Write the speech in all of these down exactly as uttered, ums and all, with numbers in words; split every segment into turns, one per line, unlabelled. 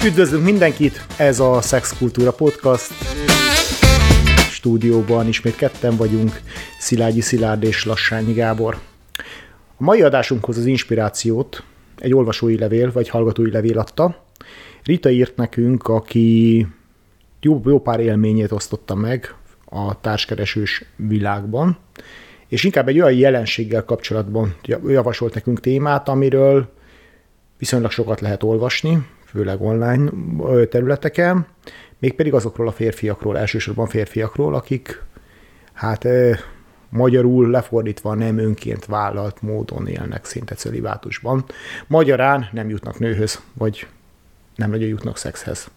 Üdvözlünk mindenkit, ez a Szexkultúra Podcast. Stúdióban ismét ketten vagyunk, Szilágyi Szilárd és Lassányi Gábor. A mai adásunkhoz az inspirációt egy olvasói levél, vagy hallgatói levél adta. Rita írt nekünk, aki jó, jó pár élményét osztotta meg a társkeresős világban, és inkább egy olyan jelenséggel kapcsolatban javasolt nekünk témát, amiről viszonylag sokat lehet olvasni, főleg online területeken, mégpedig azokról a férfiakról, elsősorban férfiakról, akik hát eh, magyarul lefordítva nem önként vállalt módon élnek szinte cölibátusban. Magyarán nem jutnak nőhöz, vagy nem nagyon jutnak szexhez.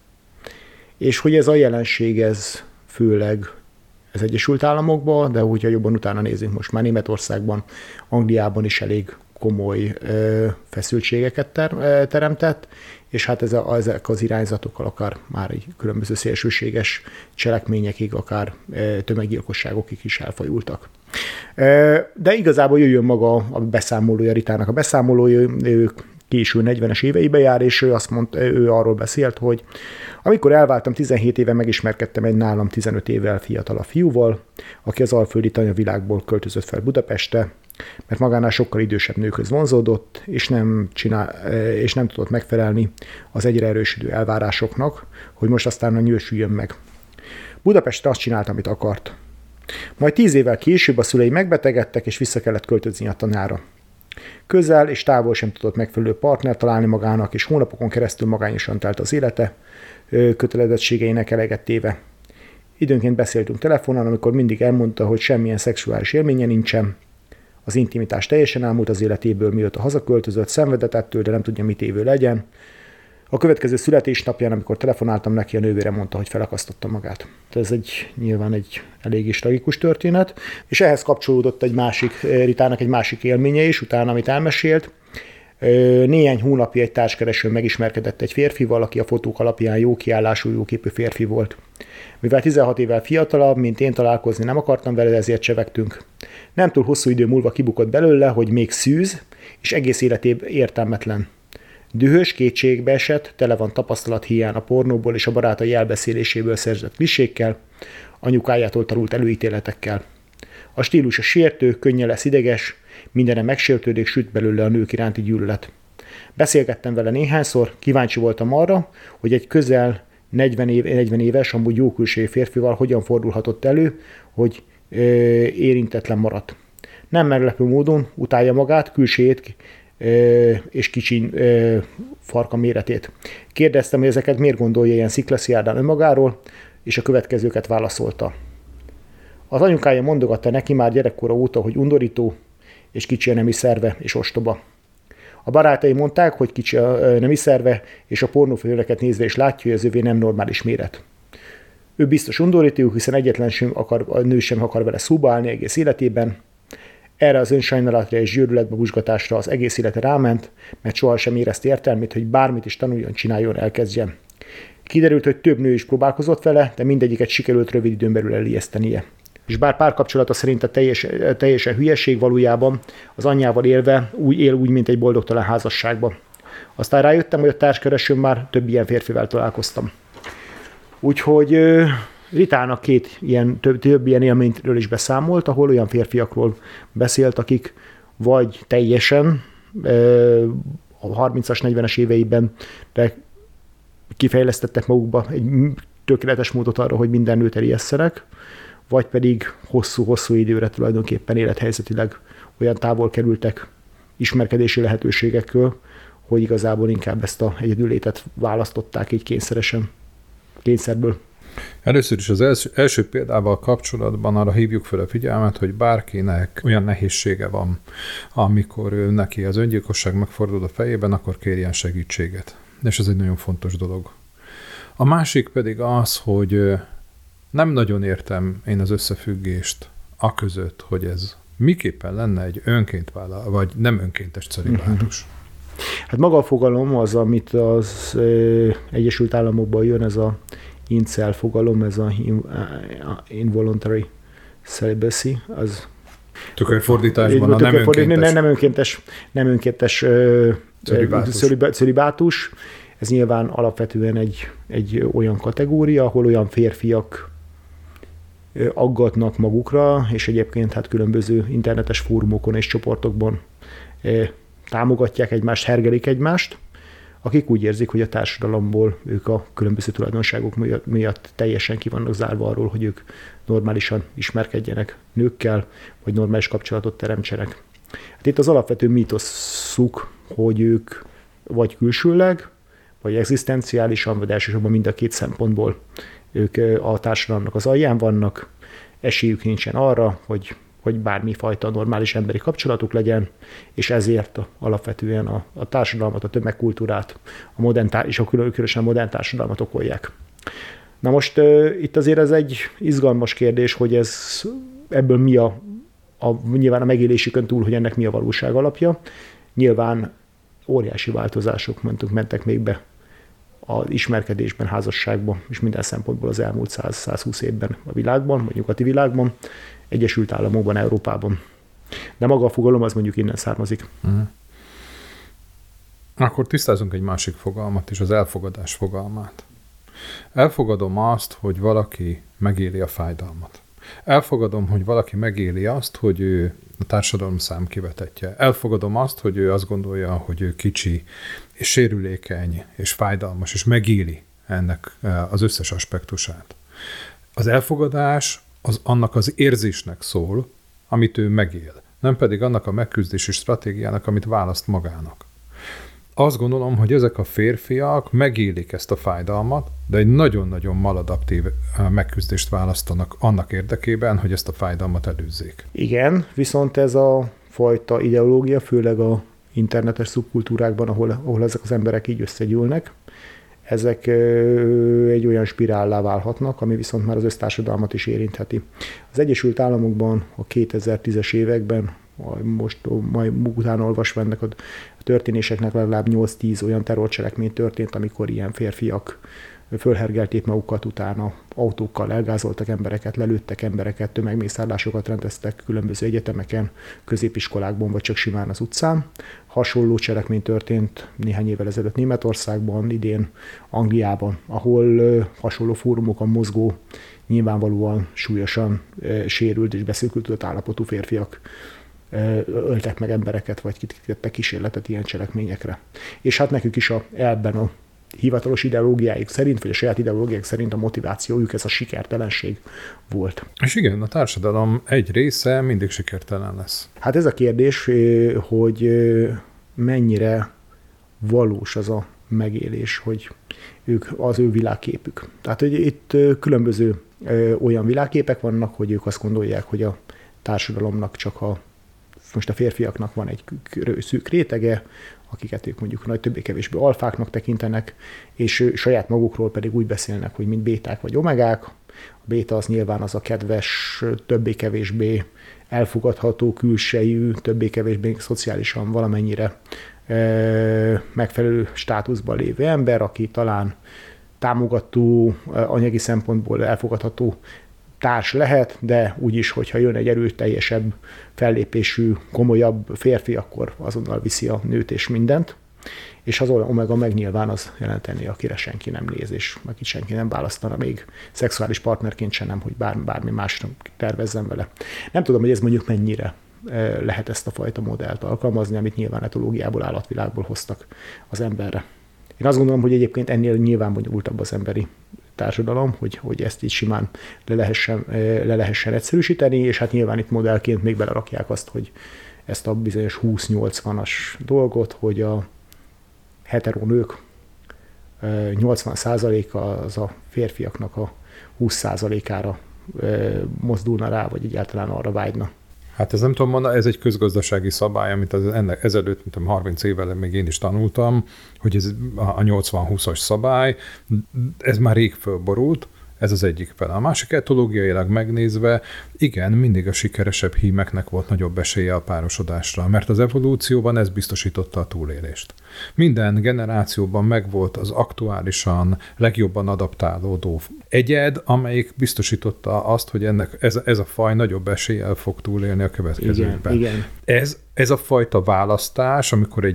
És hogy ez a jelenség, ez főleg az Egyesült Államokban, de hogyha jobban utána nézünk, most már Németországban, Angliában is elég komoly ö, feszültségeket ter- teremtett, és hát ez a, ezek az irányzatokkal akár már egy különböző szélsőséges cselekményekig, akár ö, tömeggyilkosságokig is elfajultak. Ö, de igazából jöjjön maga a beszámolója, Ritának a beszámolója, ő késő negyvenes éveibe jár, és ő azt mondta, ő arról beszélt, hogy amikor elváltam, tizenhét éve megismerkedtem egy nálam tizenöt évvel fiatalabb fiúval, aki az alföldi tanyavilágból költözött fel Budapestre, mert magánál sokkal idősebb nőkhöz vonzódott, és nem, csinál, és nem tudott megfelelni az egyre erősödő elvárásoknak, hogy most aztán a nyősüljön meg. Budapestre azt csinált, amit akart. Majd tíz évvel később a szülei megbetegedtek, és vissza kellett költözni a tanára. Közel és távol sem tudott megfelelő partnert találni magának, és hónapokon keresztül magányosan telt az élete, kötelezettségeinek eleget téve. Időnként beszéltünk telefonon, amikor mindig elmondta, hogy semmilyen szexuális élménye nincsen. Az intimitás teljesen elmúlt az életéből, mióta hazaköltözött, szenvedett ettől, de nem tudja, mit évő legyen. A következő születésnapján, amikor telefonáltam neki, a nővére mondta, hogy felakasztotta magát. Ez egy nyilván egy elég is tragikus történet, és ehhez kapcsolódott egy másik, Ritának egy másik élménye is, utána, amit elmesélt. Néhány hónapja egy társkereső megismerkedett egy férfival, aki a fotók alapján jó kiállású, jóképű férfi volt. Mivel tizenhat évvel fiatalabb, mint én, találkozni nem akartam vele, ezért csevegtünk. Nem túl hosszú idő múlva kibukott belőle, hogy még szűz, és egész életében értelmetlen. Dühös, kétségbe esett, tele van tapasztalat hiány a pornóból és a barátai elbeszéléséből szerzett klisékkel, anyukájától tanult előítéletekkel. A stílusa sértő, könnyen lesz ideges, mindenre megsértődik, süt belőle a nők iránti gyűlölet. Beszélgettem vele néhányszor, kíváncsi voltam arra, hogy egy közel negyven, év, negyven éves, amúgy jó külső férfival hogyan fordulhatott elő, hogy ö, érintetlen maradt. Nem meglepő módon utálja magát, külsejét ö, és kicsi ö, farka méretét. Kérdeztem, hogy ezeket miért gondolja ilyen sziklasziárdán önmagáról, és a következőket válaszolta. Az anyukája mondogatta neki már gyerekkora óta, hogy undorító, és kicsi a nemi szerve, és ostoba. A barátai mondták, hogy kicsi a nemi szerve, és a pornófilmeket nézve is látja, hogy az övé nem normális méret. Ő biztos undorító, hiszen egyetlen sem akar, a nő sem akar vele szóba állni egész életében. Erre az önsajnálatra és gyűlöletbe buzsgatásra az egész élete ráment, mert sohasem érezte értelmét, hogy bármit is tanuljon, csináljon, elkezdjen. Kiderült, hogy több nő is próbálkozott vele, de mindegyiket sikerült rövid időn belül elijesztenie. És bár párkapcsolata szerint a teljes, teljesen hülyeség, valójában az anyjával élve úgy él úgy, mint egy boldogtalan házasságban. Aztán rájöttem, hogy a társkeresőn már több ilyen férfivel találkoztam. Úgyhogy Ritának két ilyen, több, több ilyen élményről is beszámolt, ahol olyan férfiakról beszélt, akik vagy teljesen a harmincas, negyvenes éveiben de kifejlesztettek magukba egy tökéletes módot arra, hogy minden nőt elijesszenek, vagy pedig hosszú-hosszú időre tulajdonképpen élethelyzetileg olyan távol kerültek ismerkedési lehetőségekről, hogy igazából inkább ezt a egyedüllétet választották így kényszeresen, kényszerből.
Először is az első, első példával kapcsolatban arra hívjuk fel a figyelmet, hogy bárkinek olyan nehézsége van, amikor neki az öngyilkosság megfordul a fejében, akkor kérjen segítséget. És ez egy nagyon fontos dolog. A másik pedig az, hogy nem nagyon értem én az összefüggést a között, hogy ez miképpen lenne egy önként vállal, vagy nem önkéntes celibátus.
Hát maga a fogalom az, amit az Egyesült Államokban jön, ez a incel fogalom, ez a involuntary celibacy, az
Tökörfordításban a nem önkéntes.
Nem, nem önkéntes, nem önkéntes celibátus. celibátus. Ez nyilván alapvetően egy, egy olyan kategória, ahol olyan férfiak aggatnak magukra, és egyébként hát különböző internetes fórumokon és csoportokban támogatják egymást, hergelik egymást, akik úgy érzik, hogy a társadalomból ők a különböző tulajdonságok miatt, miatt teljesen ki vannak zárva arról, hogy ők normálisan ismerkedjenek nőkkel, vagy normális kapcsolatot teremtsenek. Hát itt az alapvető mítoszuk, hogy ők vagy külsőleg, vagy egzisztenciálisan, vagy elsősorban mind a két szempontból ők a társadalomnak az alján vannak, esélyük nincsen arra, hogy, hogy bármifajta normális emberi kapcsolatuk legyen, és ezért alapvetően a, a társadalmat, a tömegkultúrát, a modern, és a különösen a modern társadalmat okolják. Na most itt azért ez egy izgalmas kérdés, hogy ez ebből mi a, a nyilván a megélésükön túl, hogy ennek mi a valóság alapja. Nyilván óriási változások mentek, mentek még be az ismerkedésben, házasságban, és minden szempontból az elmúlt száz-százhúsz évben a világban, vagy nyugati világban, Egyesült Államokban, Európában. De maga a fogalom az mondjuk innen származik. Uh-huh.
Akkor tisztázunk egy másik fogalmat is, az elfogadás fogalmát. Elfogadom azt, hogy valaki megéli a fájdalmat. Elfogadom, hogy valaki megéli azt, hogy ő a társadalom számkivetettje. Elfogadom azt, hogy ő azt gondolja, hogy ő kicsi, és sérülékeny, és fájdalmas, és megéli ennek az összes aspektusát. Az elfogadás az annak az érzésnek szól, amit ő megél, nem pedig annak a megküzdési stratégiának, amit választ magának. Azt gondolom, hogy ezek a férfiak megélik ezt a fájdalmat, de egy nagyon-nagyon maladaptív megküzdést választanak annak érdekében, hogy ezt a fájdalmat előzzék.
Igen, viszont ez a fajta ideológia, főleg a internetes szubkultúrákban, ahol, ahol ezek az emberek így összegyűlnek, ezek egy olyan spirállá válhatnak, ami viszont már az össztársadalmat is érintheti. Az Egyesült Államokban a kétezer-tízes években, most majd utána olvasva ennek a történéseknek legalább nyolc-tíz olyan terrorcselekmény történt, amikor ilyen férfiak fölhergelték magukat, utána autókkal elgázoltak embereket, lelőttek embereket, tömegmészárlásokat rendeztek különböző egyetemeken, középiskolákban, vagy csak simán az utcán. Hasonló cselekmény történt néhány évvel ezelőtt Németországban, idén Angliában, ahol hasonló fórumokon mozgó, nyilvánvalóan súlyosan sérült és beszűkült állapotú férfiak öltek meg embereket, vagy kitettek kísérletet ilyen cselekményekre. És hát nekük is a, ebben a hivatalos ideológiáik szerint, vagy a saját ideológiáik szerint a motivációjuk ez a sikertelenség volt.
És igen, a társadalom egy része mindig sikertelen lesz.
Hát ez a kérdés, hogy mennyire valós az a megélés, hogy ők az ő világképük. Tehát, hogy itt különböző olyan világképek vannak, hogy ők azt gondolják, hogy a társadalomnak csak a most a férfiaknak van egy szűk rétege, akiket ők mondjuk nagy többé-kevésbé alfáknak tekintenek, és saját magukról pedig úgy beszélnek, hogy mint béták vagy omegák. A béta az nyilván az a kedves, többé-kevésbé elfogadható, külsejű, többé-kevésbé szociálisan valamennyire e, megfelelő státuszban lévő ember, aki talán támogató, anyagi szempontból elfogadható társ lehet, de úgyis, hogyha jön egy erőteljesebb, fellépésű, komolyabb férfi, akkor azonnal viszi a nőt és mindent. És az omega meg nyilván az jelenteni, akire senki nem néz, és akit senki nem választana még szexuális partnerként sem, nem, hogy bármi, bármi másra tervezzen vele. Nem tudom, hogy ez mondjuk mennyire lehet ezt a fajta modellt alkalmazni, amit nyilván etológiából, állatvilágból hoztak az emberre. Én azt gondolom, hogy egyébként ennél nyilván bonyolultabb az emberi társadalom, hogy, hogy ezt így simán le lehessen, le lehessen egyszerűsíteni, és hát nyilván itt modellként még belerakják azt, hogy ezt a bizonyos húsz-nyolcvanas dolgot, hogy a heteronők nyolcvan százaléka az a férfiaknak a húsz százalékára mozdulna rá, vagy egyáltalán arra vágyna.
Hát ez nem tudom mondani, ez egy közgazdasági szabály, amit az ennek ezelőtt, mint tudom, harminc évvel még én is tanultam, hogy ez a nyolcvan-húszas szabály, ez már rég fölborult, ez az egyik fele. A másik etológiailag megnézve, igen, mindig a sikeresebb hímeknek volt nagyobb esélye a párosodásra, mert az evolúcióban ez biztosította a túlélést. Minden generációban megvolt az aktuálisan legjobban adaptálódó egyed, amelyik biztosította azt, hogy ennek ez, ez a faj nagyobb eséllyel fog túlélni a következőkben.
Igen, igen.
Ez, ez a fajta választás, amikor egy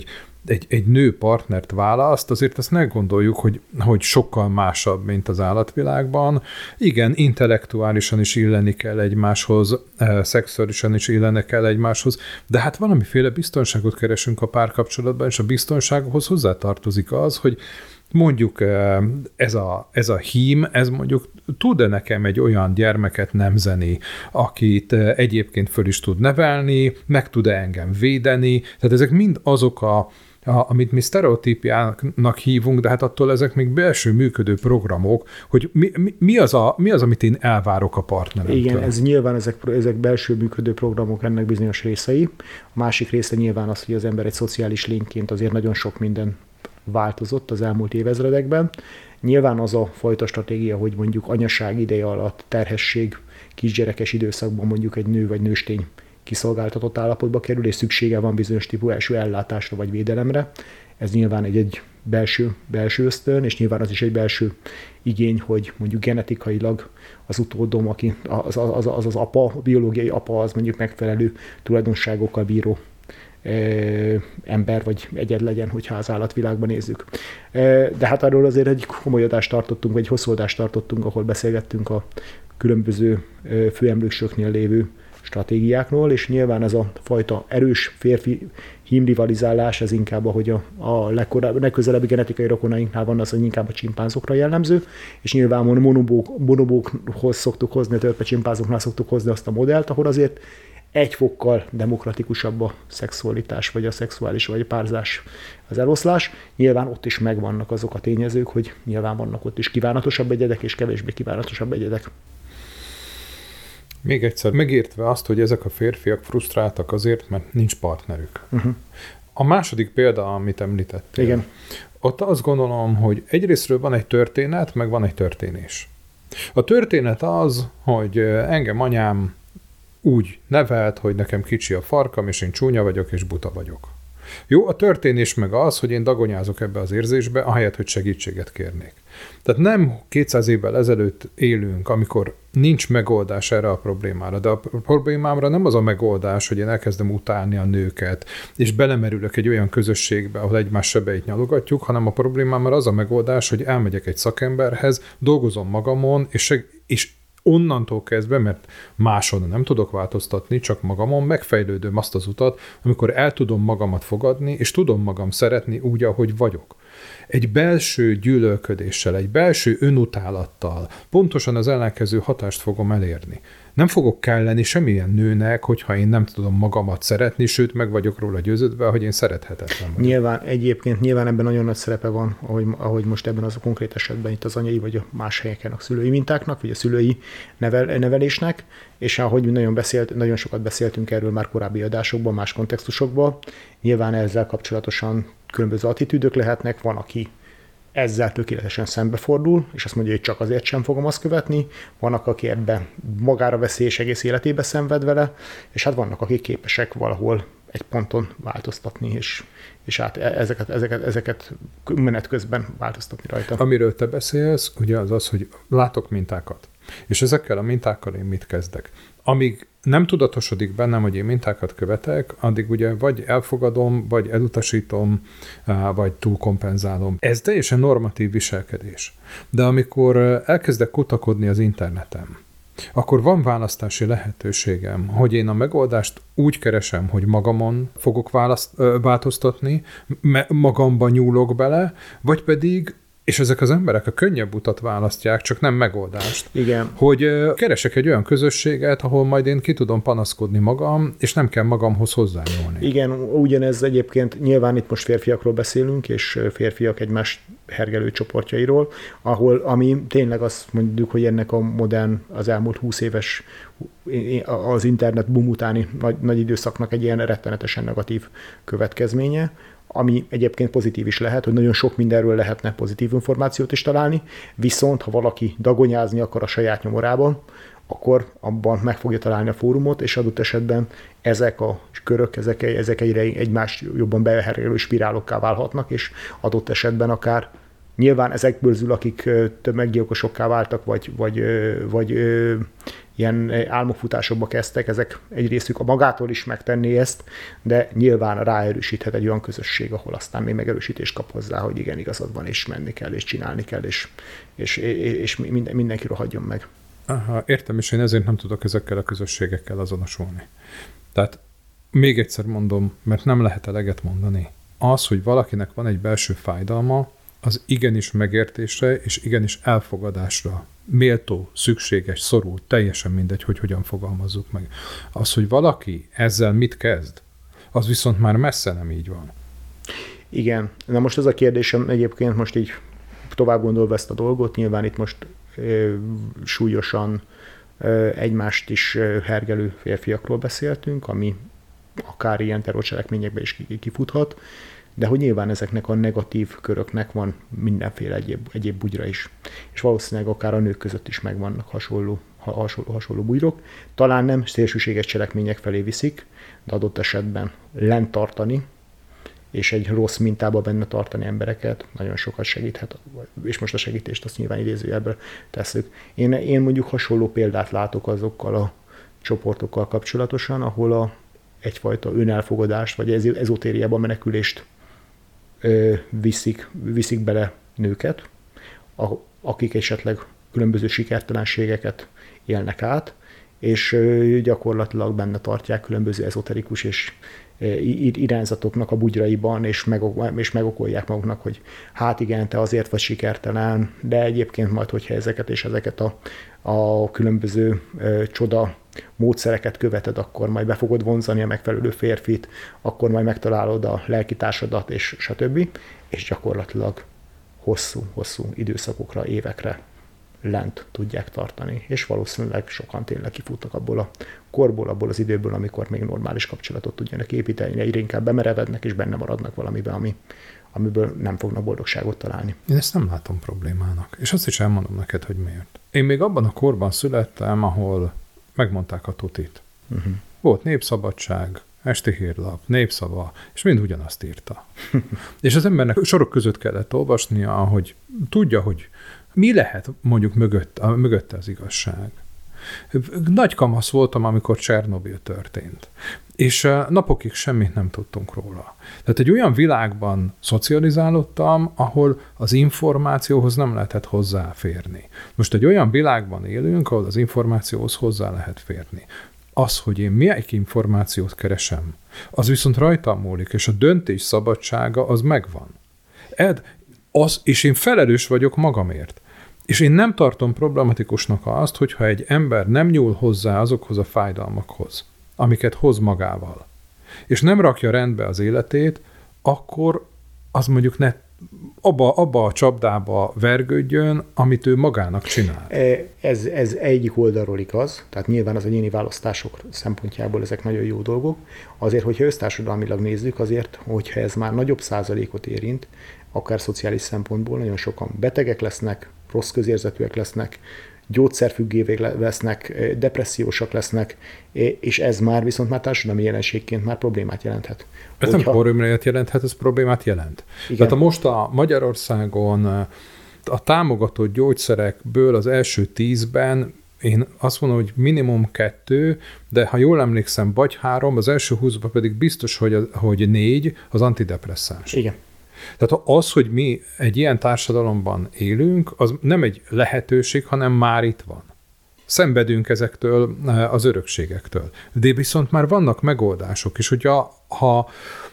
egy, egy nő partnert választ, azért ezt ne gondoljuk, hogy, hogy sokkal másabb, mint az állatvilágban. Igen, intellektuálisan is illeni kell egymáshoz, szexuálisan is illeni kell egymáshoz, de hát valamiféle biztonságot keresünk a párkapcsolatban, és a biztonsághoz hozzátartozik az, hogy mondjuk ez a, ez a hím, ez mondjuk tud-e nekem egy olyan gyermeket nemzeni, akit egyébként föl is tud nevelni, meg tud-e engem védeni, tehát ezek mind azok a, a amit mi sztereotípiának hívunk, de hát attól ezek még belső működő programok, hogy mi, mi, mi, az, a, mi az, amit én elvárok a partneremtől.
Igen, ez nyilván ezek, ezek belső működő programok, ennek bizonyos részei. A másik része nyilván az, hogy az ember egy szociális lényként azért nagyon sok minden változott az elmúlt évezredekben. Nyilván az a fajta stratégia, hogy mondjuk anyaság ideje alatt, terhesség, kisgyerekes időszakban mondjuk egy nő vagy nőstény kiszolgáltatott állapotba kerül, és szüksége van bizonyos típusú első ellátásra vagy védelemre. Ez nyilván egy, egy belső, belső ösztön, és nyilván az is egy belső igény, hogy mondjuk genetikailag az utódom, aki az az, az, az apa, a biológiai apa, az mondjuk megfelelő tulajdonságokkal bíró ember vagy egyed legyen, hogyha az állatvilágban nézzük. De hát arról azért egy komoly adást tartottunk, vagy egy hosszú adást tartottunk, ahol beszélgettünk a különböző főemlősöknél lévő stratégiákról, és nyilván ez a fajta erős férfi hímrivalizálás, ez inkább, ahogy a, a legközelebbi genetikai rokonainknál van, az, hogy inkább a csimpánzokra jellemző, és nyilván monobók, monobókhoz szoktuk hozni, a törpe csimpánzoknál szoktuk hozni azt a modellt, ahol azért egy fokkal demokratikusabb a szexualitás, vagy a szexuális, vagy a párzás, az eloszlás. Nyilván ott is megvannak azok a tényezők, hogy nyilván vannak ott is kívánatosabb egyedek, és kevésbé kívánatosabb egyedek.
Még egyszer megértve azt, hogy ezek a férfiak frusztráltak azért, mert nincs partnerük. Uh-huh. A második példa, amit említettél.
Igen.
Ott azt gondolom, hogy egyrésztről van egy történet, meg van egy történés. A történet az, hogy engem anyám úgy nevelt, hogy nekem kicsi a farkam, és én csúnya vagyok, és buta vagyok. Jó, a történés meg az, hogy én dagonyázok ebbe az érzésbe, ahelyett, hogy segítséget kérnék. Tehát nem kétszáz évvel ezelőtt élünk, amikor nincs megoldás erre a problémára, de a problémámra nem az a megoldás, hogy én elkezdem utálni a nőket, és belemerülök egy olyan közösségbe, ahol egymás sebeit nyalogatjuk, hanem a problémámra az a megoldás, hogy elmegyek egy szakemberhez, dolgozom magamon, és, seg- és onnantól kezdve, mert máson nem tudok változtatni, csak magamon megfejlődöm azt az utat, amikor el tudom magamat fogadni, és tudom magam szeretni úgy, ahogy vagyok. Egy belső gyűlölködéssel, egy belső önutálattal pontosan az ellenkező hatást fogom elérni. Nem fogok kelleni semmilyen nőnek, hogyha én nem tudom magamat szeretni, sőt, meg vagyok róla győződve, hogy én szerethetetlen vagyok.
Nyilván egyébként nyilván ebben nagyon nagy szerepe van, ahogy, ahogy most ebben az a konkrét esetben itt az anyai vagy a más helyeken a szülői mintáknak, vagy a szülői nevel, nevelésnek, és ahogy nagyon, beszélt, nagyon sokat beszéltünk erről már korábbi adásokban, más kontextusokban, nyilván ezzel kapcsolatosan különböző attitűdök lehetnek, van, aki ezzel tökéletesen szembefordul, és azt mondja, hogy csak azért sem fogom azt követni, vannak, aki ebben magára veszi, és egész életébe szenved vele, és hát vannak, akik képesek valahol egy ponton változtatni, és, és hát ezeket, ezeket, ezeket menet közben változtatni rajta.
Amiről te beszélsz, ugye az az, hogy látok mintákat, és ezekkel a mintákkal én mit kezdek. Amíg nem tudatosodik bennem, hogy én mintákat követek, addig ugye vagy elfogadom, vagy elutasítom, vagy túlkompenzálom. Ez teljesen normatív viselkedés. De amikor elkezdek kutakodni az interneten, akkor van választási lehetőségem, hogy én a megoldást úgy keresem, hogy magamon fogok választ, változtatni, magamban nyúlok bele, vagy pedig és ezek az emberek a könnyebb utat választják, csak nem megoldást.
Igen.
Hogy keresek egy olyan közösséget, ahol majd én ki tudom panaszkodni magam, és nem kell magamhoz hozzányúlni.
Igen, ugyanez egyébként nyilván itt most férfiakról beszélünk, és férfiak egymás hergelő csoportjairól, ahol, ami tényleg azt mondjuk, hogy ennek a modern, az elmúlt húsz éves az internet boom utáni nagy, nagy időszaknak egy ilyen rettenetesen negatív következménye, ami egyébként pozitív is lehet, hogy nagyon sok mindenről lehetne pozitív információt is találni, viszont ha valaki dagonyázni akar a saját nyomorában, akkor abban meg fogja találni a fórumot, és adott esetben ezek a körök, ezek, ezek egyre egymás jobban behergelő spirálokká válhatnak, és adott esetben akár nyilván ezekből zül, akik tömeggyilkosokká váltak, vagy, vagy, vagy ilyen álmokfutásokba kezdtek, ezek egy részük a magától is megtenné ezt, de nyilván ráerősíthet egy olyan közösség, ahol aztán még megerősítést kap hozzá, hogy igen, igazad van, és menni kell, és csinálni kell, és, és, és minden, mindenki rohadjon meg.
Aha, értem, és én ezért nem tudok ezekkel a közösségekkel azonosulni. Tehát még egyszer mondom, mert nem lehet eleget mondani. Az, hogy valakinek van egy belső fájdalma, az igenis megértésre és igenis elfogadásra méltó, szükséges, szorul, teljesen mindegy, hogy hogyan fogalmazzuk meg. Az, hogy valaki ezzel mit kezd, az viszont már messze nem így van.
Igen. Na most az a kérdésem egyébként most így tovább gondolva ezt a dolgot, nyilván itt most ö, súlyosan ö, egymást is ö, hergelő férfiakról beszéltünk, ami akár ilyen terrorcselekményekbe is kifuthat, de hogy nyilván ezeknek a negatív köröknek van mindenféle egyéb, egyéb bugyra is. És valószínűleg akár a nők között is megvannak hasonló, hasonló, hasonló bugyrok. Talán nem szélsőséges cselekmények felé viszik, de adott esetben lent tartani, és egy rossz mintába benne tartani embereket nagyon sokat segíthet. És most a segítést azt nyilván idézőjelből tesszük. Én, én mondjuk hasonló példát látok azokkal a csoportokkal kapcsolatosan, ahol a egyfajta önelfogadást, vagy ezotériába menekülést ö, viszik, viszik bele nőket, a, akik esetleg különböző sikertelenségeket élnek át, és ö, gyakorlatilag benne tartják különböző ezoterikus és ö, irányzatoknak a bugyraiban, és, megok, és megokolják maguknak, hogy hát igen, te azért vagy sikertelen, de egyébként majd, hogyha ezeket és ezeket a, a különböző ö, csoda módszereket követed, akkor majd be fogod vonzani a megfelelő férfit, akkor majd megtalálod a lelkitársadat, és stb. És gyakorlatilag hosszú-hosszú időszakokra, évekre lent tudják tartani. És valószínűleg sokan tényleg kifutnak abból a korból, abból az időből, amikor még normális kapcsolatot tudjanak építeni, egyre inkább bemerevednek, és benne maradnak valamiben, ami, amiből nem fognak boldogságot találni.
Én ezt nem látom problémának. És azt is elmondom neked, hogy miért. Én még abban a korban születtem, ahol megmondták a tutit. Uh-huh. Volt Népszabadság, Esti Hírlap, Népszava, és mind ugyanazt írta. És az embernek sorok között kellett olvasnia, hogy tudja, hogy mi lehet mondjuk mögött, mögötte az igazság. Nagy kamasz voltam, amikor Csernobil történt. És napokig semmit nem tudtunk róla. Tehát egy olyan világban szocializálódtam, ahol az információhoz nem lehetett hozzáférni. Most egy olyan világban élünk, ahol az információhoz hozzá lehet férni. Az, hogy én milyen információt keresem, az viszont rajtam múlik, és a döntés szabadsága az megvan. Ed, az, és én felelős vagyok magamért. És én nem tartom problematikusnak azt, hogyha egy ember nem nyúl hozzá azokhoz a fájdalmakhoz, amiket hoz magával, és nem rakja rendbe az életét, akkor az mondjuk ne abba, abba a csapdába vergődjön, amit ő magának csinál.
Ez, ez egyik oldalról igaz, tehát nyilván az egyéni választások szempontjából ezek nagyon jó dolgok. Azért, hogyha össztársadalmilag nézzük, azért, hogyha ez már nagyobb százalékot érint, akár szociális szempontból nagyon sokan betegek lesznek, rossz közérzetűek lesznek, gyógyszerfüggővé lesznek, depressziósak lesznek, és ez már viszont már társadalmi jelenségként már problémát jelenthet.
Ez Hogyha... nem problémát jelenthet, ez problémát jelent. Igen. Tehát a most a Magyarországon a támogatott gyógyszerekből az első tízben én azt mondom, hogy minimum kettő, de ha jól emlékszem, vagy három, az első húszban pedig biztos, hogy, hogy négy az antidepresszáns.
Igen.
Tehát az, hogy mi egy ilyen társadalomban élünk, az nem egy lehetőség, hanem már itt van. Szenvedünk ezektől az örökségektől. De viszont már vannak megoldások, és hogyha ha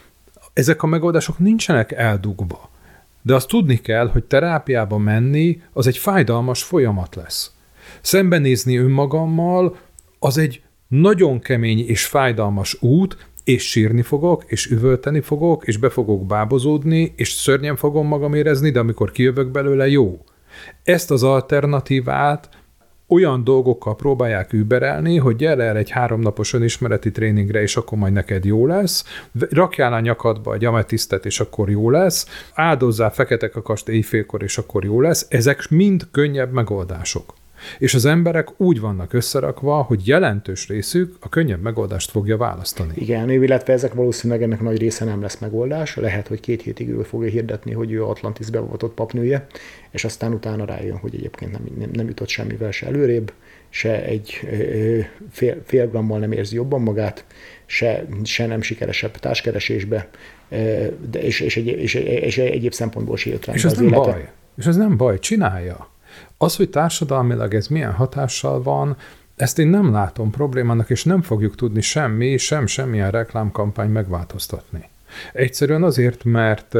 ezek a megoldások nincsenek eldugva, de azt tudni kell, hogy terápiába menni, az egy fájdalmas folyamat lesz. Szembenézni önmagammal, az egy nagyon kemény és fájdalmas út, és sírni fogok, és üvölteni fogok, és be fogok bábozódni, és szörnyen fogom magam érezni, de amikor kijövök belőle, jó. Ezt az alternatívát olyan dolgokkal próbálják überelni, hogy gyere el egy háromnapos önismereti tréningre, és akkor majd neked jó lesz, rakjál a nyakadba egy ametisztet, és akkor jó lesz, áldozzál fekete kakast éjfélkor, és akkor jó lesz. Ezek mind könnyebb megoldások. És az emberek úgy vannak összerakva, hogy jelentős részük a könnyebb megoldást fogja választani.
Igen, illetve ezek valószínűleg ennek nagy része nem lesz megoldás. Lehet, hogy két hétig ő fogja hirdetni, hogy ő Atlantis beavatott papnője, és aztán utána rájön, hogy egyébként nem, nem, nem jutott semmivel se előrébb, se egy fél, fél grammal nem érzi jobban magát, se, se nem sikeresebb társkeresésbe, de és, és, egy, és, és egyéb szempontból se jött rá.
És ez nem élete. baj. És ez nem baj, csinálja. Az, hogy társadalmilag ez milyen hatással van, ezt én nem látom problémának, és nem fogjuk tudni semmi, sem semmilyen reklámkampány megváltoztatni. Egyszerűen azért, mert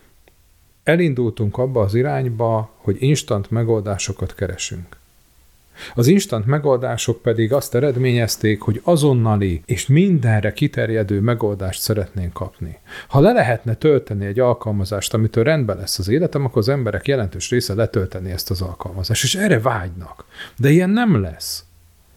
elindultunk abba az irányba, hogy instant megoldásokat keresünk. Az instant megoldások pedig azt eredményezték, hogy azonnali és mindenre kiterjedő megoldást szeretnénk kapni. Ha le lehetne tölteni egy alkalmazást, amitől rendben lesz az életem, akkor az emberek jelentős része letölteni ezt az alkalmazást, és erre vágynak. De ilyen nem lesz.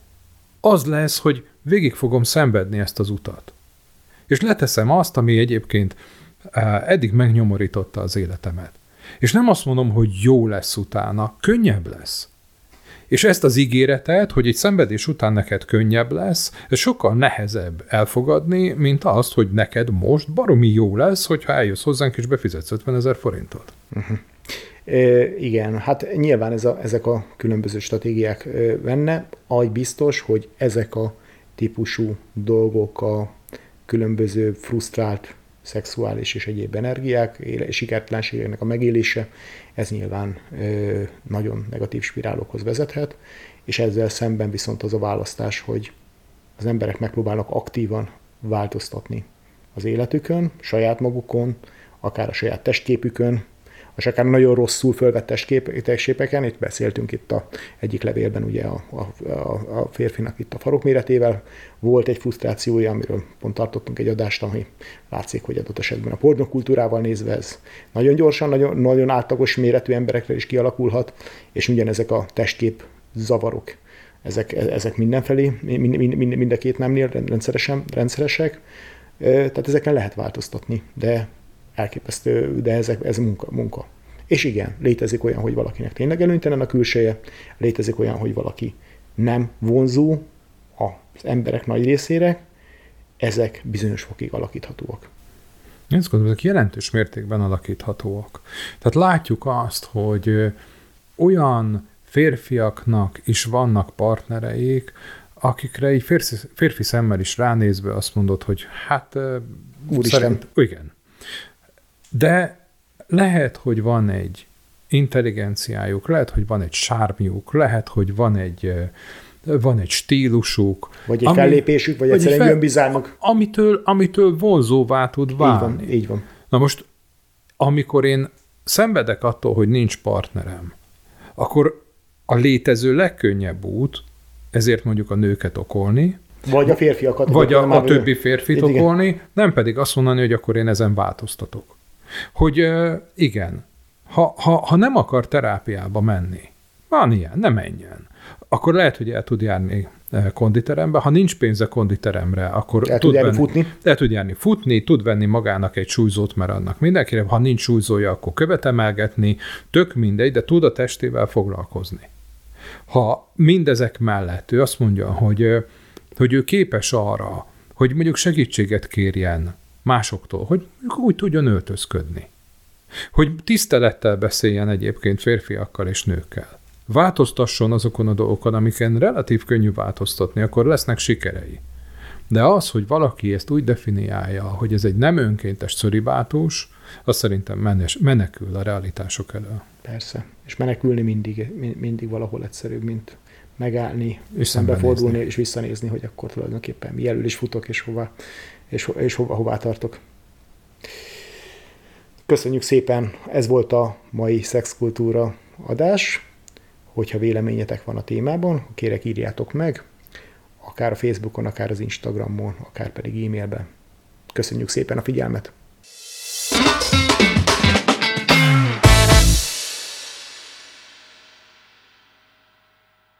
Az lesz, hogy végig fogom szenvedni ezt az utat. És leteszem azt, ami egyébként eddig megnyomorította az életemet. És nem azt mondom, hogy jó lesz utána, könnyebb lesz. És ezt az ígéretet, hogy egy szenvedés után neked könnyebb lesz, ez sokkal nehezebb elfogadni, mint azt, hogy neked most baromi jó lesz, hogyha eljössz hozzánk és befizetsz ötvenezer forintot.
Uh-huh. E, igen, hát nyilván ez a, ezek a különböző stratégiák benne, aj biztos, hogy ezek a típusú dolgok, a különböző frusztrált szexuális és egyéb energiák, sikertelenségeknek a megélése, ez nyilván ö, nagyon negatív spirálokhoz vezethet, és ezzel szemben viszont az a választás, hogy az emberek megpróbálnak aktívan változtatni az életükön, saját magukon, akár a saját testképükön, és akár nagyon rosszul fölvett testképeken, itt beszéltünk itt a egyik levélben ugye a, a, a férfinak itt a farokméretével, volt egy frusztrációja, amiről pont tartottunk egy adást, ami látszik, hogy adott esetben a pornokultúrával nézve ez nagyon gyorsan, nagyon, nagyon átlagos méretű emberekre is kialakulhat, és ugyanezek a testkép zavarok, ezek, ezek mindenfelé, mind, mind, mind, mind a két nemnél rendszeresen, rendszeresek, tehát ezeken lehet változtatni, de elképesztő, de ez, ez munka, munka. És igen, létezik olyan, hogy valakinek tényleg előnytelen a külseje, létezik olyan, hogy valaki nem vonzó az emberek nagy részére, ezek bizonyos fokig alakíthatóak.
Én azt gondolom, ezek jelentős mértékben alakíthatóak. Tehát látjuk azt, hogy olyan férfiaknak is vannak partnereik, akikre egy férfi, férfi szemmel is ránézve azt mondod, hogy hát...
Úristen.
Szerint, igen. De lehet, hogy van egy intelligenciájuk, lehet, hogy van egy sármjuk, lehet, hogy van egy, van egy stílusuk.
Vagy egy ami, fellépésük, vagy, vagy egyszerűen fel, önbizalmuk.
Amitől, amitől vonzóvá tud válni.
Így van, így van.
Na most, amikor én szenvedek attól, hogy nincs partnerem, akkor a létező legkönnyebb út, ezért mondjuk a nőket okolni,
vagy a férfiakat.
Vagy a, a többi férfit okolni, nem pedig azt mondani, hogy akkor én ezen változtatok. Hogy uh, igen, ha, ha, ha nem akar terápiába menni, van ilyen, ne menjen, akkor lehet, hogy el tud járni konditerembe, ha nincs pénze konditeremre, akkor
el
tud
járni
venni,
futni.
El tud járni futni, tud venni magának egy súlyzót, mert annak mindenkire, ha nincs súlyzója, akkor követ emelgetni, tök mindegy, de tud a testével foglalkozni. Ha mindezek mellett ő azt mondja, hogy hogy ő képes arra, hogy mondjuk segítséget kérjen másoktól, hogy úgy tudjon öltözködni. Hogy tisztelettel beszéljen egyébként férfiakkal és nőkkel. Változtasson azokon a dolgokon, amiken relatív könnyű változtatni, akkor lesznek sikerei. De az, hogy valaki ezt úgy definiálja, hogy ez egy nem önkéntes szöribátus, az szerintem menes, menekül a realitások elől.
Persze. És menekülni mindig, mindig valahol egyszerűbb, mint megállni, és szembefordulni, és visszanézni, hogy akkor tulajdonképpen mi elől is futok, és hova, és, és hova, hová tartok. Köszönjük szépen, ez volt a mai Szexkultúra adás. Hogyha véleményetek van a témában, kérek írjátok meg, akár a Facebookon, akár az Instagramon, akár pedig e-mailben. Köszönjük szépen a figyelmet!